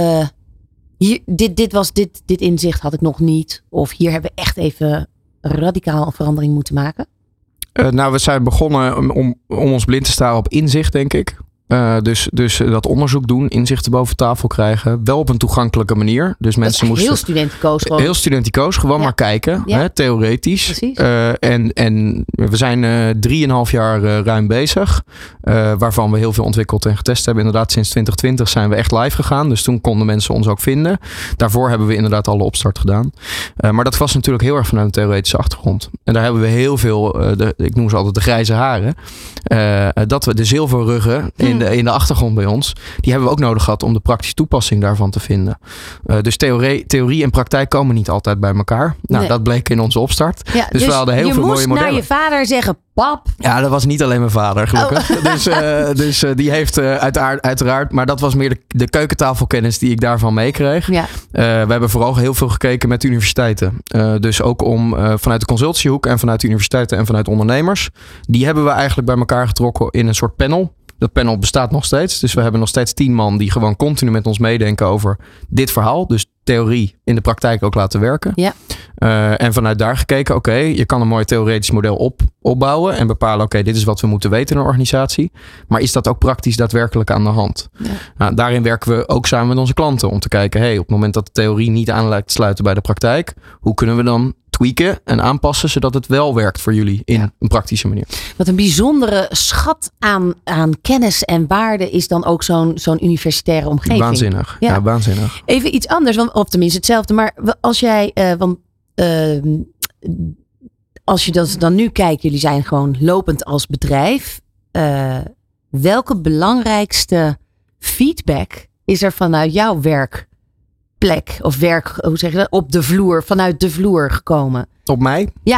Dit inzicht had ik nog niet. Of hier hebben we echt even radicaal een verandering moeten maken? We zijn begonnen om ons blind te staren op inzicht, denk ik. Dus dat onderzoek doen, inzichten boven tafel krijgen. Wel op een toegankelijke manier. Dus mensen moesten... Heel studenticoos gewoon. Heel studenticoos, gewoon maar kijken. Ja. Theoretisch. Precies. En we zijn 3,5 jaar ruim bezig. Waarvan we heel veel ontwikkeld en getest hebben. Inderdaad, sinds 2020 zijn we echt live gegaan. Dus toen konden mensen ons ook vinden. Daarvoor hebben we inderdaad alle opstart gedaan. Maar dat was natuurlijk heel erg vanuit een theoretische achtergrond. En daar hebben we heel veel, ik noem ze altijd de grijze haren. Dat we de zilverruggen in de achtergrond bij ons, die hebben we ook nodig gehad om de praktische toepassing daarvan te vinden. Dus theorie en praktijk komen niet altijd bij elkaar. Nou, dat bleek in onze opstart. Ja, dus we hadden heel veel mooie modellen. Je moest naar je vader zeggen, pap. Ja, dat was niet alleen mijn vader, gelukkig. Oh. Dus die heeft uiteraard, maar dat was meer de keukentafelkennis die ik daarvan meekreeg. Ja. We hebben vooral heel veel gekeken met universiteiten. Dus ook om vanuit de consultancyhoek en vanuit de universiteiten en vanuit ondernemers. Die hebben we eigenlijk bij elkaar getrokken in een soort panel. Dat panel bestaat nog steeds. Dus we hebben nog steeds 10 man die gewoon continu met ons meedenken over dit verhaal. Dus theorie in de praktijk ook laten werken. Ja. En vanuit daar gekeken, oké, je kan een mooi theoretisch model opbouwen en bepalen, oké, dit is wat we moeten weten in een organisatie. Maar is dat ook praktisch daadwerkelijk aan de hand? Ja. Nou, daarin werken we ook samen met onze klanten om te kijken, op het moment dat de theorie niet aan lijkt te sluiten bij de praktijk, hoe kunnen we dan tweaken en aanpassen zodat het wel werkt voor jullie in een praktische manier. Wat een bijzondere schat aan kennis en waarde is dan ook zo'n universitaire omgeving. Waanzinnig. Ja, waanzinnig. Even iets anders, of tenminste hetzelfde. Maar als jij, als je dat dan nu kijkt, jullie zijn gewoon lopend als bedrijf. Welke belangrijkste feedback is er vanuit jouw werkplek of werk, hoe zeg je dat, op de vloer, vanuit de vloer gekomen? Op mij? Ja.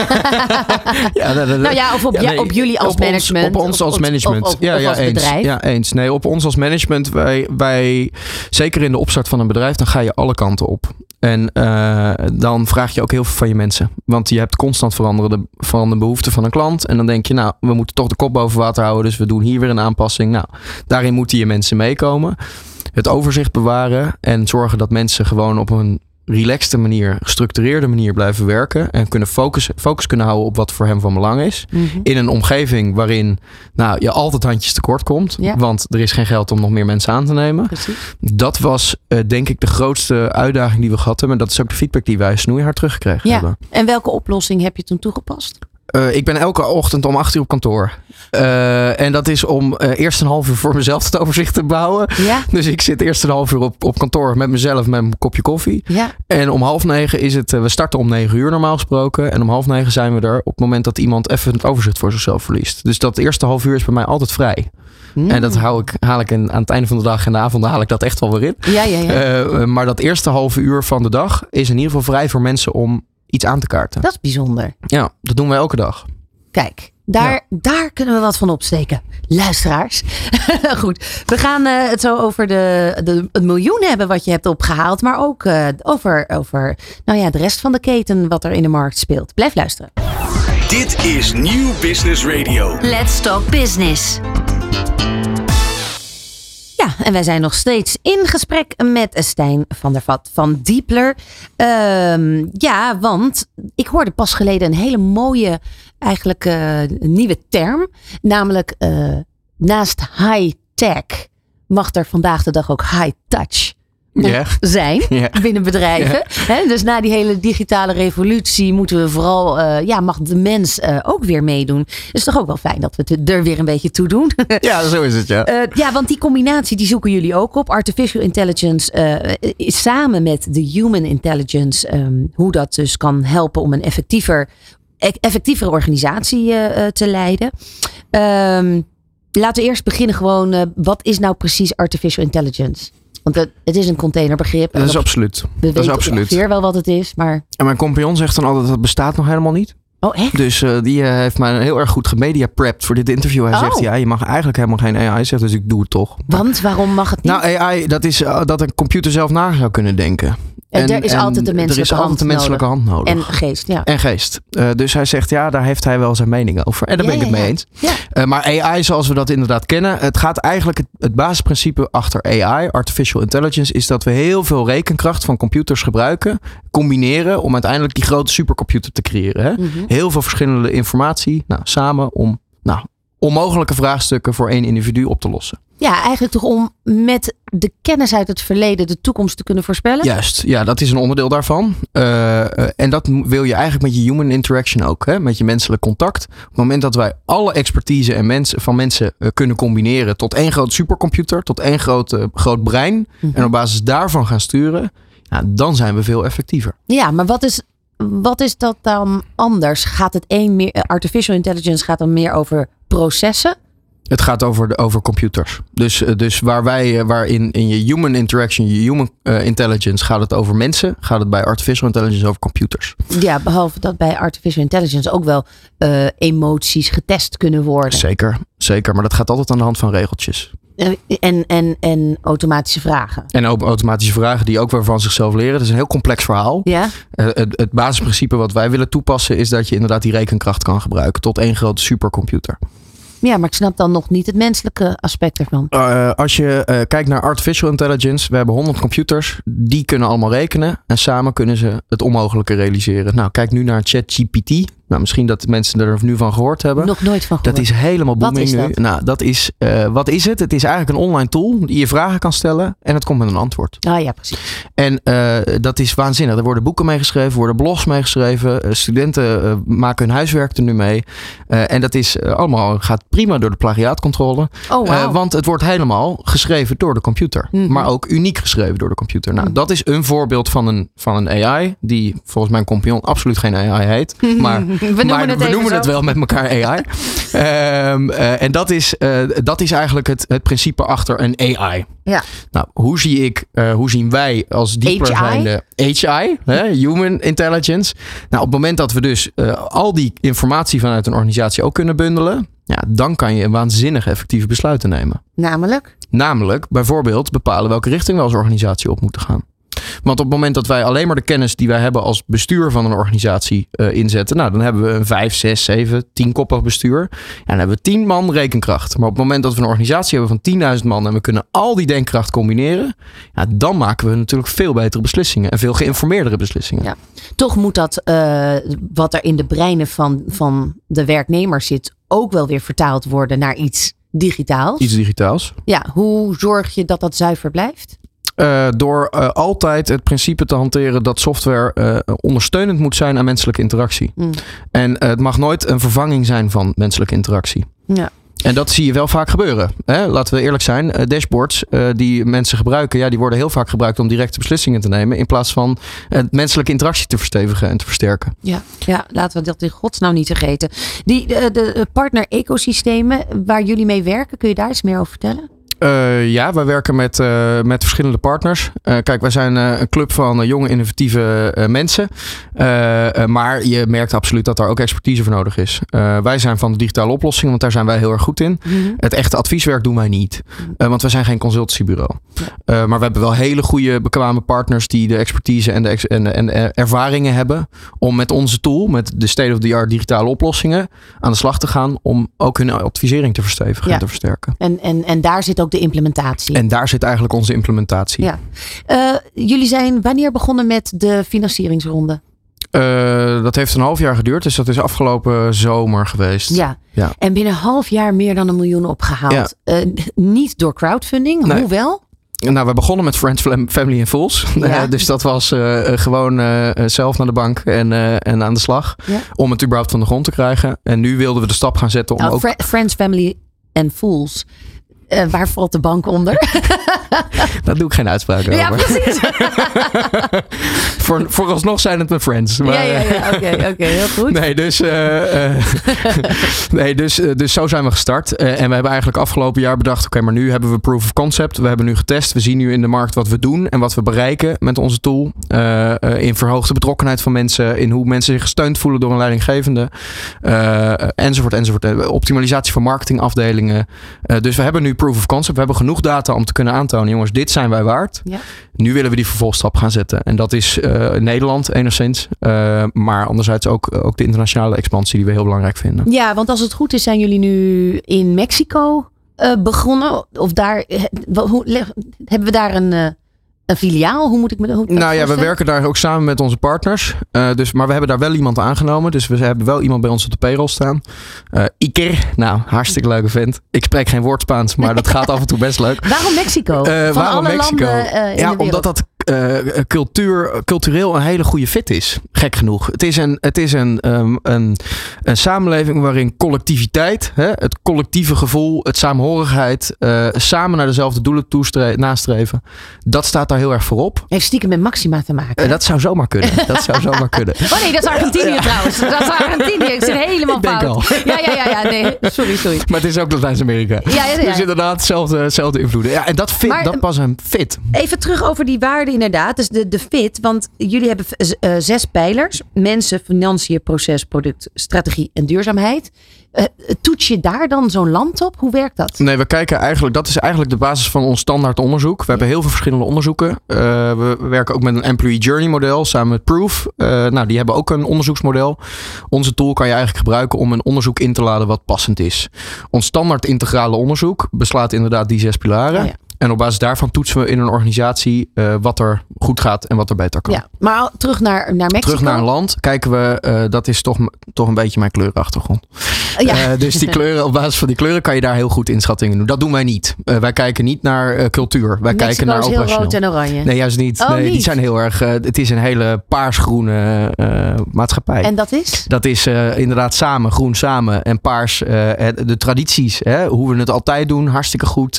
Op jullie als management. Op ons als management. Of als bedrijf. Ja, eens. Nee, op ons als management. Wij, zeker in de opstart van een bedrijf, dan ga je alle kanten op. En dan vraag je ook heel veel van je mensen. Want je hebt constant veranderende behoeften van een klant. En dan denk je, nou, we moeten toch de kop boven water houden. Dus we doen hier weer een aanpassing. Nou, daarin moeten je mensen meekomen. Het overzicht bewaren. En zorgen dat mensen gewoon op een relaxte manier, gestructureerde manier blijven werken. En kunnen focus kunnen houden op wat voor hem van belang is. Mm-hmm. In een omgeving waarin je altijd handjes tekort komt. Ja. Want er is geen geld om nog meer mensen aan te nemen. Precies. Dat was denk ik de grootste uitdaging die we gehad hebben. En dat is ook de feedback die wij snoeihard teruggekregen hebben. En welke oplossing heb je toen toegepast? Ik ben elke ochtend om 8 uur op kantoor. En dat is om eerst een half uur voor mezelf het overzicht te bouwen. Ja. Dus ik zit eerst een half uur op kantoor met mezelf met een kopje koffie. Ja. En om 8:30 is het, we starten om 9 uur normaal gesproken. En om 8:30 zijn we er op het moment dat iemand even het overzicht voor zichzelf verliest. Dus dat eerste half uur is bij mij altijd vrij. En dat haal ik aan het einde van de dag en de avond haal ik dat echt wel weer in. Ja. Maar dat eerste halve uur van de dag is in ieder geval vrij voor mensen om iets aan te kaarten. Dat is bijzonder. Ja, dat doen wij elke dag. Kijk, daar kunnen we wat van opsteken. Luisteraars. Goed, we gaan het zo over het miljoen hebben wat je hebt opgehaald. Maar ook over de rest van de keten wat er in de markt speelt. Blijf luisteren. Dit is Nieuw Business Radio. Let's Talk Business. Ja, en wij zijn nog steeds in gesprek met Stijn van der Vat van Diepler. Want ik hoorde pas geleden een hele mooie, eigenlijk nieuwe term. Namelijk naast high-tech mag er vandaag de dag ook high-touch zijn binnen bedrijven. Ja. Dus na die hele digitale revolutie moeten we vooral, mag de mens ook weer meedoen. Het is toch ook wel fijn dat we het er weer een beetje toe doen. Ja, zo is het, ja. Want die combinatie die zoeken jullie ook op. Artificial intelligence samen met de human intelligence. Hoe dat dus kan helpen om een effectievere organisatie te leiden. Laten we eerst beginnen gewoon. Wat is nou precies artificial intelligence? Want het is een containerbegrip. Dat is absoluut. We weten ongeveer wel wat het is. Maar... En mijn compagnon zegt dan altijd dat het bestaat nog helemaal niet. Oh, echt? Dus die heeft mij heel erg goed gemedia prepped voor dit interview. Hij zegt, je mag eigenlijk helemaal geen AI zeggen, dus ik doe het toch. Want waarom mag het niet? Nou, AI, dat is dat een computer zelf na zou kunnen denken. Er is altijd de menselijke hand nodig. En geest, ja. En geest. Dus hij zegt, daar heeft hij wel zijn mening over. En daar ben ik het mee eens. Ja. Maar AI, zoals we dat inderdaad kennen. Het gaat eigenlijk, het basisprincipe achter AI, Artificial Intelligence, is dat we heel veel rekenkracht van computers gebruiken. Combineren om uiteindelijk die grote supercomputer te creëren. Hè? Mm-hmm. Heel veel verschillende informatie samen om onmogelijke vraagstukken voor één individu op te lossen. Ja, eigenlijk toch om met de kennis uit het verleden de toekomst te kunnen voorspellen? Juist, ja, dat is een onderdeel daarvan. En dat wil je eigenlijk met je human interaction ook. Hè? Met je menselijk contact. Op het moment dat wij alle expertise en van mensen kunnen combineren tot één groot supercomputer, tot één groot brein. Mm-hmm. En op basis daarvan gaan sturen. Dan zijn we veel effectiever. Ja, maar wat is dat dan anders? Gaat het artificial intelligence gaat dan meer over processen? Het gaat over computers. Dus waar in je human interaction, je human intelligence gaat het over mensen, gaat het bij artificial intelligence over computers. Ja, behalve dat bij artificial intelligence ook wel emoties getest kunnen worden. Zeker. Maar dat gaat altijd aan de hand van regeltjes. En automatische vragen. En automatische vragen die ook weer van zichzelf leren. Dat is een heel complex verhaal. Ja. Het basisprincipe wat wij willen toepassen is dat je inderdaad die rekenkracht kan gebruiken tot één grote supercomputer. Ja, maar ik snap dan nog niet het menselijke aspect ervan. Als je kijkt naar artificial intelligence, we hebben 100 computers. Die kunnen allemaal rekenen. En samen kunnen ze het onmogelijke realiseren. Nou, kijk nu naar ChatGPT. Nou, misschien dat de mensen er nu van gehoord hebben. Nog nooit van gehoord. Dat is helemaal booming nu. Nou, wat is het? Het is eigenlijk een online tool die je vragen kan stellen en het komt met een antwoord. Ah ja, precies. En dat is waanzinnig. Er worden boeken meegeschreven, er worden blogs meegeschreven. Studenten maken hun huiswerk er nu mee. En dat is gaat prima door de plagiaatcontrole. Oh, wow. Want het wordt helemaal geschreven door de computer. Mm-hmm. Maar ook uniek geschreven door de computer. Nou, dat is een voorbeeld van een AI die volgens mijn compagnon absoluut geen AI heet. Maar we noemen het wel met elkaar AI. En dat is eigenlijk het principe achter een AI. Ja. Nou, hoe zien wij als dieper zijnde HI, Human Intelligence. Nou, op het moment dat we dus al die informatie vanuit een organisatie ook kunnen bundelen, dan kan je waanzinnig effectieve besluiten nemen. Namelijk bijvoorbeeld bepalen welke richting we als organisatie op moeten gaan. Want op het moment dat wij alleen maar de kennis die wij hebben als bestuur van een organisatie inzetten. Nou, dan hebben we een 5, 6, 7, 10-koppig bestuur. En dan hebben we 10 man rekenkracht. Maar op het moment dat we een organisatie hebben van 10.000 man en we kunnen al die denkkracht combineren. Dan maken we natuurlijk veel betere beslissingen en veel geïnformeerdere beslissingen. Ja. Toch moet dat wat er in de breinen van de werknemers zit ook wel weer vertaald worden naar iets digitaals. Iets digitaals. Ja, hoe zorg je dat dat zuiver blijft? Door altijd het principe te hanteren dat software ondersteunend moet zijn aan menselijke interactie. Mm. En het mag nooit een vervanging zijn van menselijke interactie. Ja. En dat zie je wel vaak gebeuren. Hè? Laten we eerlijk zijn. Dashboards die mensen gebruiken, die worden heel vaak gebruikt om directe beslissingen te nemen. In plaats van menselijke interactie te verstevigen en te versterken. Ja, laten we dat in godsnaam niet vergeten. De partner-ecosystemen waar jullie mee werken, kun je daar eens meer over vertellen? Wij werken met verschillende partners. Kijk, wij zijn een club van jonge, innovatieve mensen. Maar je merkt absoluut dat daar ook expertise voor nodig is. Wij zijn van de digitale oplossingen, want daar zijn wij heel erg goed in. Mm-hmm. Het echte advieswerk doen wij niet. Want wij zijn geen consultancybureau. Ja. Maar we hebben wel hele goede, bekwame partners die de expertise en de ervaringen hebben om met onze tool, met de state-of-the-art digitale oplossingen, aan de slag te gaan om ook hun advisering te verstevigen en te versterken. En daar zit ook de implementatie. En daar zit eigenlijk onze implementatie. Ja. Jullie zijn wanneer begonnen met de financieringsronde? Dat heeft een half jaar geduurd. Dus dat is afgelopen zomer geweest. Ja. En binnen een half jaar meer dan $1 miljoen opgehaald. Ja. Niet door crowdfunding. Nee. Hoewel? Nou, we begonnen met Friends, Family and Fools. Ja. Dus dat was gewoon zelf naar de bank en aan de slag. Ja. Om het überhaupt van de grond te krijgen. En nu wilden we de stap gaan zetten om Friends, Family and Fools. waar valt de bank onder? Daar doe ik geen uitspraken over. Ja, precies. Vooralsnog zijn het mijn friends. Maar, Oké, heel goed. Dus zo zijn we gestart. En we hebben eigenlijk afgelopen jaar bedacht, oké, maar nu hebben we proof of concept. We hebben nu getest. We zien nu in de markt wat we doen en wat we bereiken met onze tool. In verhoogde betrokkenheid van mensen, in hoe mensen zich gesteund voelen door een leidinggevende. Enzovoort. Optimalisatie van marketingafdelingen. Dus we hebben nu proof of concept. We hebben genoeg data om te kunnen aantonen, jongens, dit zijn wij waard. Ja. Nu willen we die vervolgstap gaan zetten. En dat is Nederland enigszins. Maar anderzijds ook de internationale expansie die we heel belangrijk vinden. Ja, want als het goed is, zijn jullie nu in Mexico begonnen. Of daar hebben we daar een filiaal? Hoe moet ik me dat voorstellen? We werken daar ook samen met onze partners. Maar we hebben daar wel iemand aangenomen. Dus we hebben wel iemand bij ons op de payroll staan. Iker, hartstikke leuke vent. Ik spreek geen woord Spaans, maar dat gaat af en toe best leuk. Waarom Mexico? Van alle Mexico? Landen in de wereld? Omdat dat cultureel een hele goede fit is. Gek genoeg. Het is een samenleving waarin collectiviteit, het collectieve gevoel, het saamhorigheid, samen naar dezelfde doelen nastreven. Dat staat daar heel erg voorop. Heeft stiekem met Maxima te maken. Dat zou zomaar kunnen. Oh nee, dat is Argentinië trouwens. Dat is Argentinië. Ik zit helemaal fout. Ja. Nee, sorry. Maar het is ook Latijns-Amerika. Ja. Dus inderdaad, hetzelfde invloeden. Ja, en dat pas een fit. Even terug over die waarden inderdaad. Dus de fit. Want jullie hebben 6 pijlers. Mensen, financiën, proces, product, strategie en duurzaamheid. Toets je daar dan zo'n land op? Hoe werkt dat? Nee, we kijken eigenlijk, dat is eigenlijk de basis van ons standaard onderzoek. We hebben heel veel verschillende onderzoeken. We werken ook met een employee journey model samen met Proof. Die hebben ook een onderzoeksmodel. Onze tool kan je eigenlijk gebruiken om een onderzoek in te laden wat passend is. Ons standaard integrale onderzoek beslaat inderdaad die 6 pilaren. Oh ja. En op basis daarvan toetsen we in een organisatie wat er goed gaat en wat er beter kan. Ja, maar terug naar Mexico. Terug naar een land kijken we, dat is toch een beetje mijn kleurenachtergrond. Ja. Dus die kleuren, op basis van die kleuren kan je daar heel goed inschattingen doen. Dat doen wij niet. Wij kijken niet naar cultuur. Wij kijken naar operationeel. Mexico is heel rood en oranje. Nee, juist niet. Nee, die zijn heel erg. Het is een hele paarsgroene maatschappij. En dat is? Dat is inderdaad samen, groen samen en paars. De tradities, hoe we het altijd doen, hartstikke goed.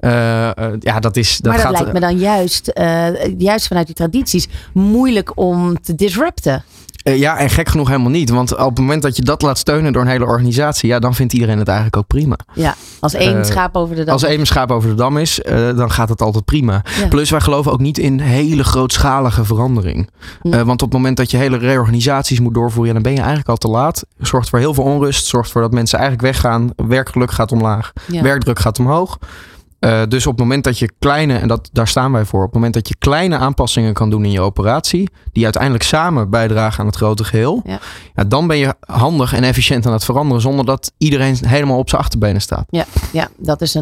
Dat lijkt me dan juist vanuit die tradities moeilijk om te disrupten. En gek genoeg helemaal niet. Want op het moment dat je dat laat steunen door een hele organisatie, dan vindt iedereen het eigenlijk ook prima. Ja, als één schaap over de dam. Als één schaap over de dam is, dan gaat het altijd prima. Ja. Plus wij geloven ook niet in hele grootschalige verandering. Want op het moment dat je hele reorganisaties moet doorvoeren, dan ben je eigenlijk al te laat. Zorgt voor heel veel onrust. Zorgt voor dat mensen eigenlijk weggaan. Werkgeluk gaat omlaag. Ja. Werkdruk gaat omhoog. Dus op het moment dat je daar staan wij voor. Op het moment dat je kleine aanpassingen kan doen in je operatie, die uiteindelijk samen bijdragen aan het grote geheel. Ja, dan ben je handig en efficiënt aan het veranderen zonder dat iedereen helemaal op zijn achterbenen staat. Ja, dat is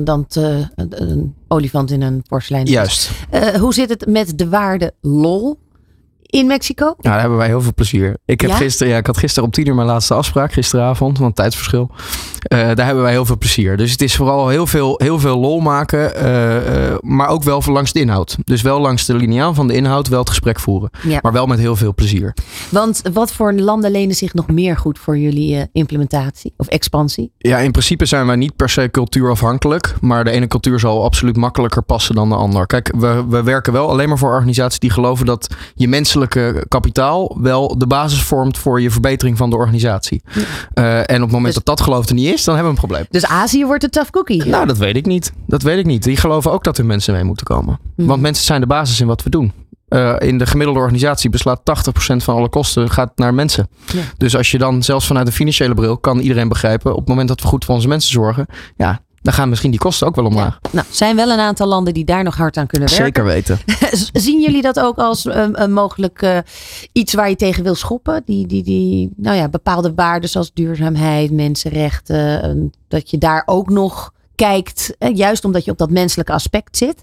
een olifant in een porselein. Juist. Hoe zit het met de waarde lol in Mexico? Nou, daar hebben wij heel veel plezier. Ik had gisteren om 10:00 mijn laatste afspraak, gisteravond, want tijdsverschil. Daar hebben wij heel veel plezier. Dus het is vooral heel veel lol maken, maar ook wel langs de inhoud. Dus wel langs de lineaal van de inhoud, wel het gesprek voeren. Ja. Maar wel met heel veel plezier. Want wat voor landen lenen zich nog meer goed voor jullie implementatie of expansie? Ja, in principe zijn wij niet per se cultuurafhankelijk, maar de ene cultuur zal absoluut makkelijker passen dan de ander. Kijk, we werken wel alleen maar voor organisaties die geloven dat je menselijke kapitaal wel de basis vormt voor je verbetering van de organisatie. Ja. En op het moment dat geloof er niet is, dan hebben we een probleem. Dus Azië wordt een tough cookie? Nou, dat weet ik niet. Die geloven ook dat er mensen mee moeten komen. Want mensen zijn de basis in wat we doen. In de gemiddelde organisatie beslaat 80% van alle kosten gaat naar mensen. Ja. Dus als je dan zelfs vanuit een financiële bril kan iedereen begrijpen, op het moment dat we goed voor onze mensen zorgen, dan gaan misschien die kosten ook wel omlaag. Ja. Nou, zijn wel een aantal landen die daar nog hard aan kunnen werken. Zeker weten. Zien jullie dat ook als mogelijk iets waar je tegen wil schoppen? Die bepaalde waarden zoals duurzaamheid, mensenrechten, dat je daar ook nog kijkt, juist omdat je op dat menselijke aspect zit,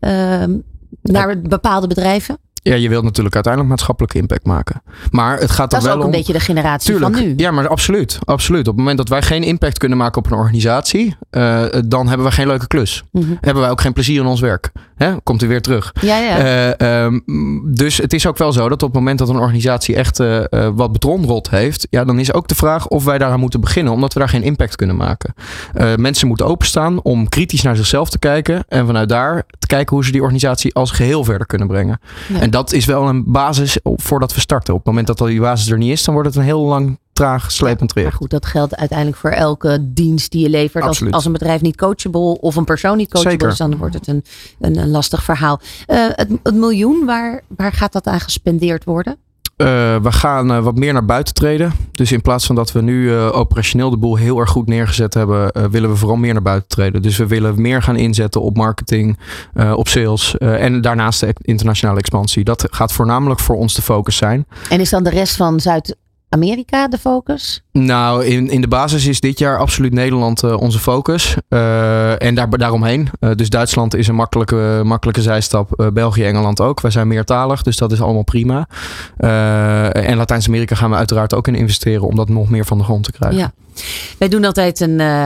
naar bepaalde bedrijven? Ja, je wilt natuurlijk uiteindelijk maatschappelijke impact maken. Maar het gaat er wel om... Dat is ook een beetje de generatie van nu. Ja, maar absoluut. Op het moment dat wij geen impact kunnen maken op een organisatie, dan hebben we geen leuke klus. Mm-hmm. Hebben wij ook geen plezier in ons werk. komt hij weer terug. Ja. Dus het is ook wel zo dat op het moment dat een organisatie echt wat betonrot heeft, dan is ook de vraag of wij daaraan moeten beginnen, omdat we daar geen impact kunnen maken. Mensen moeten openstaan om kritisch naar zichzelf te kijken en vanuit daar te kijken hoe ze die organisatie als geheel verder kunnen brengen. Ja. En dat is wel een basis voordat we starten. Op het moment dat die basis er niet is, dan wordt het een heel lang traag, slepend traject. Maar goed, dat geldt uiteindelijk voor elke dienst die je levert. Als een bedrijf niet coachable of een persoon niet coachable is, dan wordt het een lastig verhaal. Het miljoen, waar gaat dat aan gespendeerd worden? We gaan wat meer naar buiten treden. Dus in plaats van dat we nu operationeel de boel heel erg goed neergezet hebben, willen we vooral meer naar buiten treden. Dus we willen meer gaan inzetten op marketing, op sales en daarnaast de internationale expansie. Dat gaat voornamelijk voor ons de focus zijn. En is dan de rest van Zuid-Amerika de focus? Nou, in de basis is dit jaar absoluut Nederland onze focus. En daaromheen. Dus Duitsland is een makkelijke zijstap. België, Engeland ook. Wij zijn meertalig, dus dat is allemaal prima. En Latijns-Amerika gaan we uiteraard ook in investeren om dat nog meer van de grond te krijgen. Ja. Wij doen altijd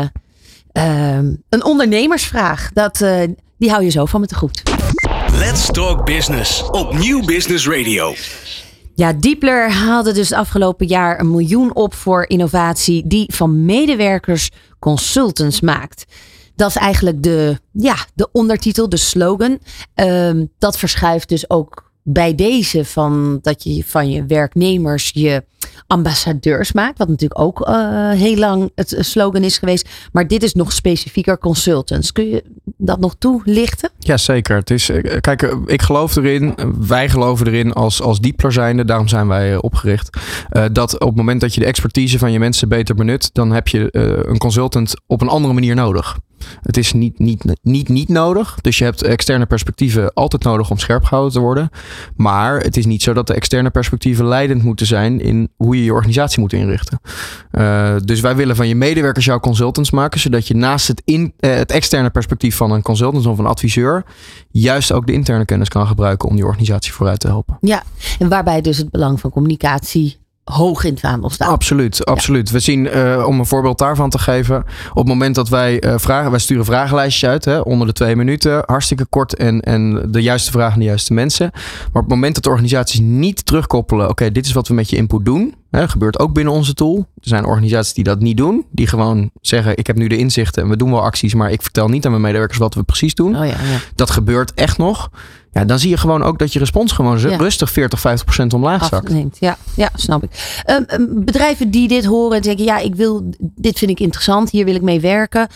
een ondernemersvraag. Die hou je zo van me te goed. Let's Talk Business op Nieuw Business Radio. Ja, Diepler haalde dus het afgelopen jaar 1 miljoen op voor innovatie die van medewerkers consultants maakt. Dat is eigenlijk de ondertitel, de slogan. Dat verschuift dus ook bij deze dat je van je werknemers je ambassadeurs maakt. Wat natuurlijk ook heel lang het slogan is geweest. Maar dit is nog specifieker consultants. Kun je dat nog toelichten? Ja, zeker. Het is, kijk, ik geloof erin. Wij geloven erin als Diepler zijnde. Daarom zijn wij opgericht. Dat op het moment dat je de expertise van je mensen beter benut, dan heb je een consultant op een andere manier nodig. Het is niet nodig. Dus je hebt externe perspectieven altijd nodig om scherp gehouden te worden. Maar het is niet zo dat de externe perspectieven leidend moeten zijn in hoe je je organisatie moet inrichten. Dus wij willen van je medewerkers jouw consultants maken, zodat je naast het externe perspectief van een consultant of een adviseur juist ook de interne kennis kan gebruiken om die organisatie vooruit te helpen. Ja, en waarbij dus het belang van communicatie hoog in het vaandel staat. Absoluut. Ja. We zien, om een voorbeeld daarvan te geven, op het moment dat wij sturen vragenlijstjes uit, onder de 2 minuten, hartstikke kort en de juiste vragen aan de juiste mensen. Maar op het moment dat de organisaties niet terugkoppelen, oké, dit is wat we met je input doen. Dat gebeurt ook binnen onze tool. Er zijn organisaties die dat niet doen. Die gewoon zeggen, ik heb nu de inzichten en we doen wel acties, maar ik vertel niet aan mijn medewerkers wat we precies doen. Oh ja. Dat gebeurt echt nog. Ja, dan zie je gewoon ook dat je respons gewoon rustig 40-50% omlaag zakt. Afneemt. Ja, snap ik. Bedrijven die dit horen en denken, dit vind ik interessant, hier wil ik mee werken.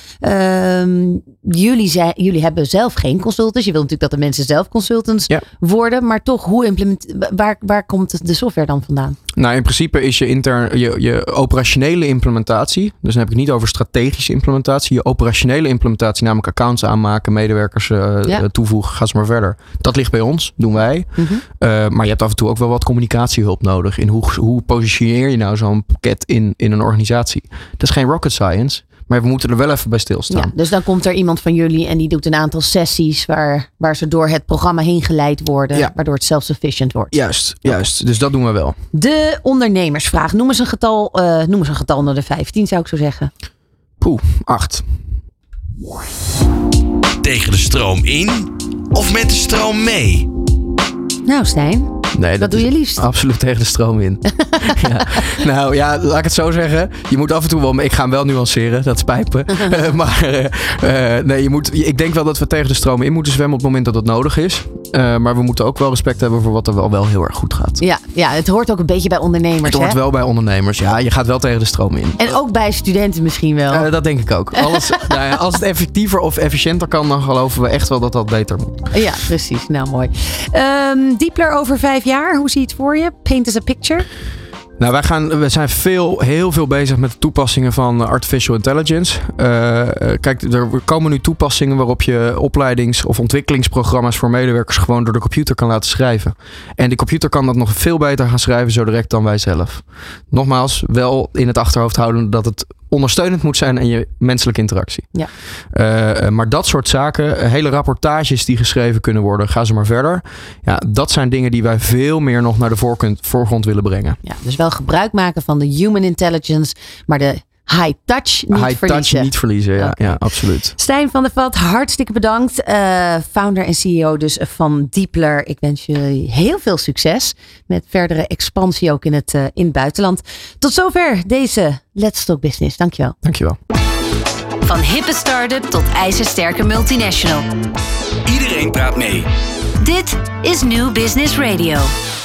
Jullie hebben zelf geen consultants. Je wil natuurlijk dat de mensen zelf consultants worden, maar toch, waar komt de software dan vandaan? Nou, in principe is je operationele implementatie, dus dan heb ik het niet over strategische implementatie, je operationele implementatie, namelijk accounts aanmaken, medewerkers toevoegen, ga ze maar verder. Dat ligt bij ons, doen wij. Mm-hmm. Maar je hebt af en toe ook wel wat communicatiehulp nodig in hoe positioneer je nou zo'n pakket in een organisatie. Dat is geen rocket science. Maar we moeten er wel even bij stilstaan. Ja, dus dan komt er iemand van jullie en die doet een aantal sessies waar ze door het programma heen geleid worden. Waardoor het self-sufficient wordt. Juist. Dus dat doen we wel. De ondernemersvraag. Noem eens een getal onder de 15, zou ik zo zeggen. 8. Tegen de stroom in of met de stroom mee? Nou, Stijn. Nee, dat doe je liefst. Absoluut tegen de stroom in. Nou ja, laat ik het zo zeggen. Je moet af en toe wel, ik ga hem wel nuanceren, dat spijt me. Ik denk wel dat we tegen de stroom in moeten zwemmen op het moment dat het nodig is. Maar we moeten ook wel respect hebben voor wat er wel heel erg goed gaat. Ja, het hoort ook een beetje bij ondernemers. Het hoort wel bij ondernemers, ja. Je gaat wel tegen de stroom in. En ook bij studenten misschien wel. Dat denk ik ook. Als het effectiever of efficiënter kan, dan geloven we echt wel dat dat beter moet. Ja, precies. Nou, mooi. Diepler over 5 jaar, hoe zie je het voor je? Paint us a picture. Nou, we zijn heel veel bezig met de toepassingen van artificial intelligence. Kijk, er komen nu toepassingen waarop je opleidings- of ontwikkelingsprogramma's voor medewerkers gewoon door de computer kan laten schrijven. En de computer kan dat nog veel beter gaan schrijven zo direct dan wij zelf. Nogmaals, wel in het achterhoofd houden dat het ondersteunend moet zijn aan je menselijke interactie. Ja. Maar dat soort zaken, hele rapportages die geschreven kunnen worden, ga ze maar verder. Ja, dat zijn dingen die wij veel meer nog naar de voorgrond willen brengen. Ja, dus wel gebruik maken van de human intelligence, maar de high touch niet verliezen. Ja, absoluut. Stijn van der Vat, hartstikke bedankt. Founder en CEO dus van Deepler. Ik wens jullie heel veel succes met verdere expansie ook in het buitenland. Tot zover deze Let's Talk Business. Dankjewel. Dankjewel. Van hippe start-up tot ijzersterke multinational. Iedereen praat mee. Dit is New Business Radio.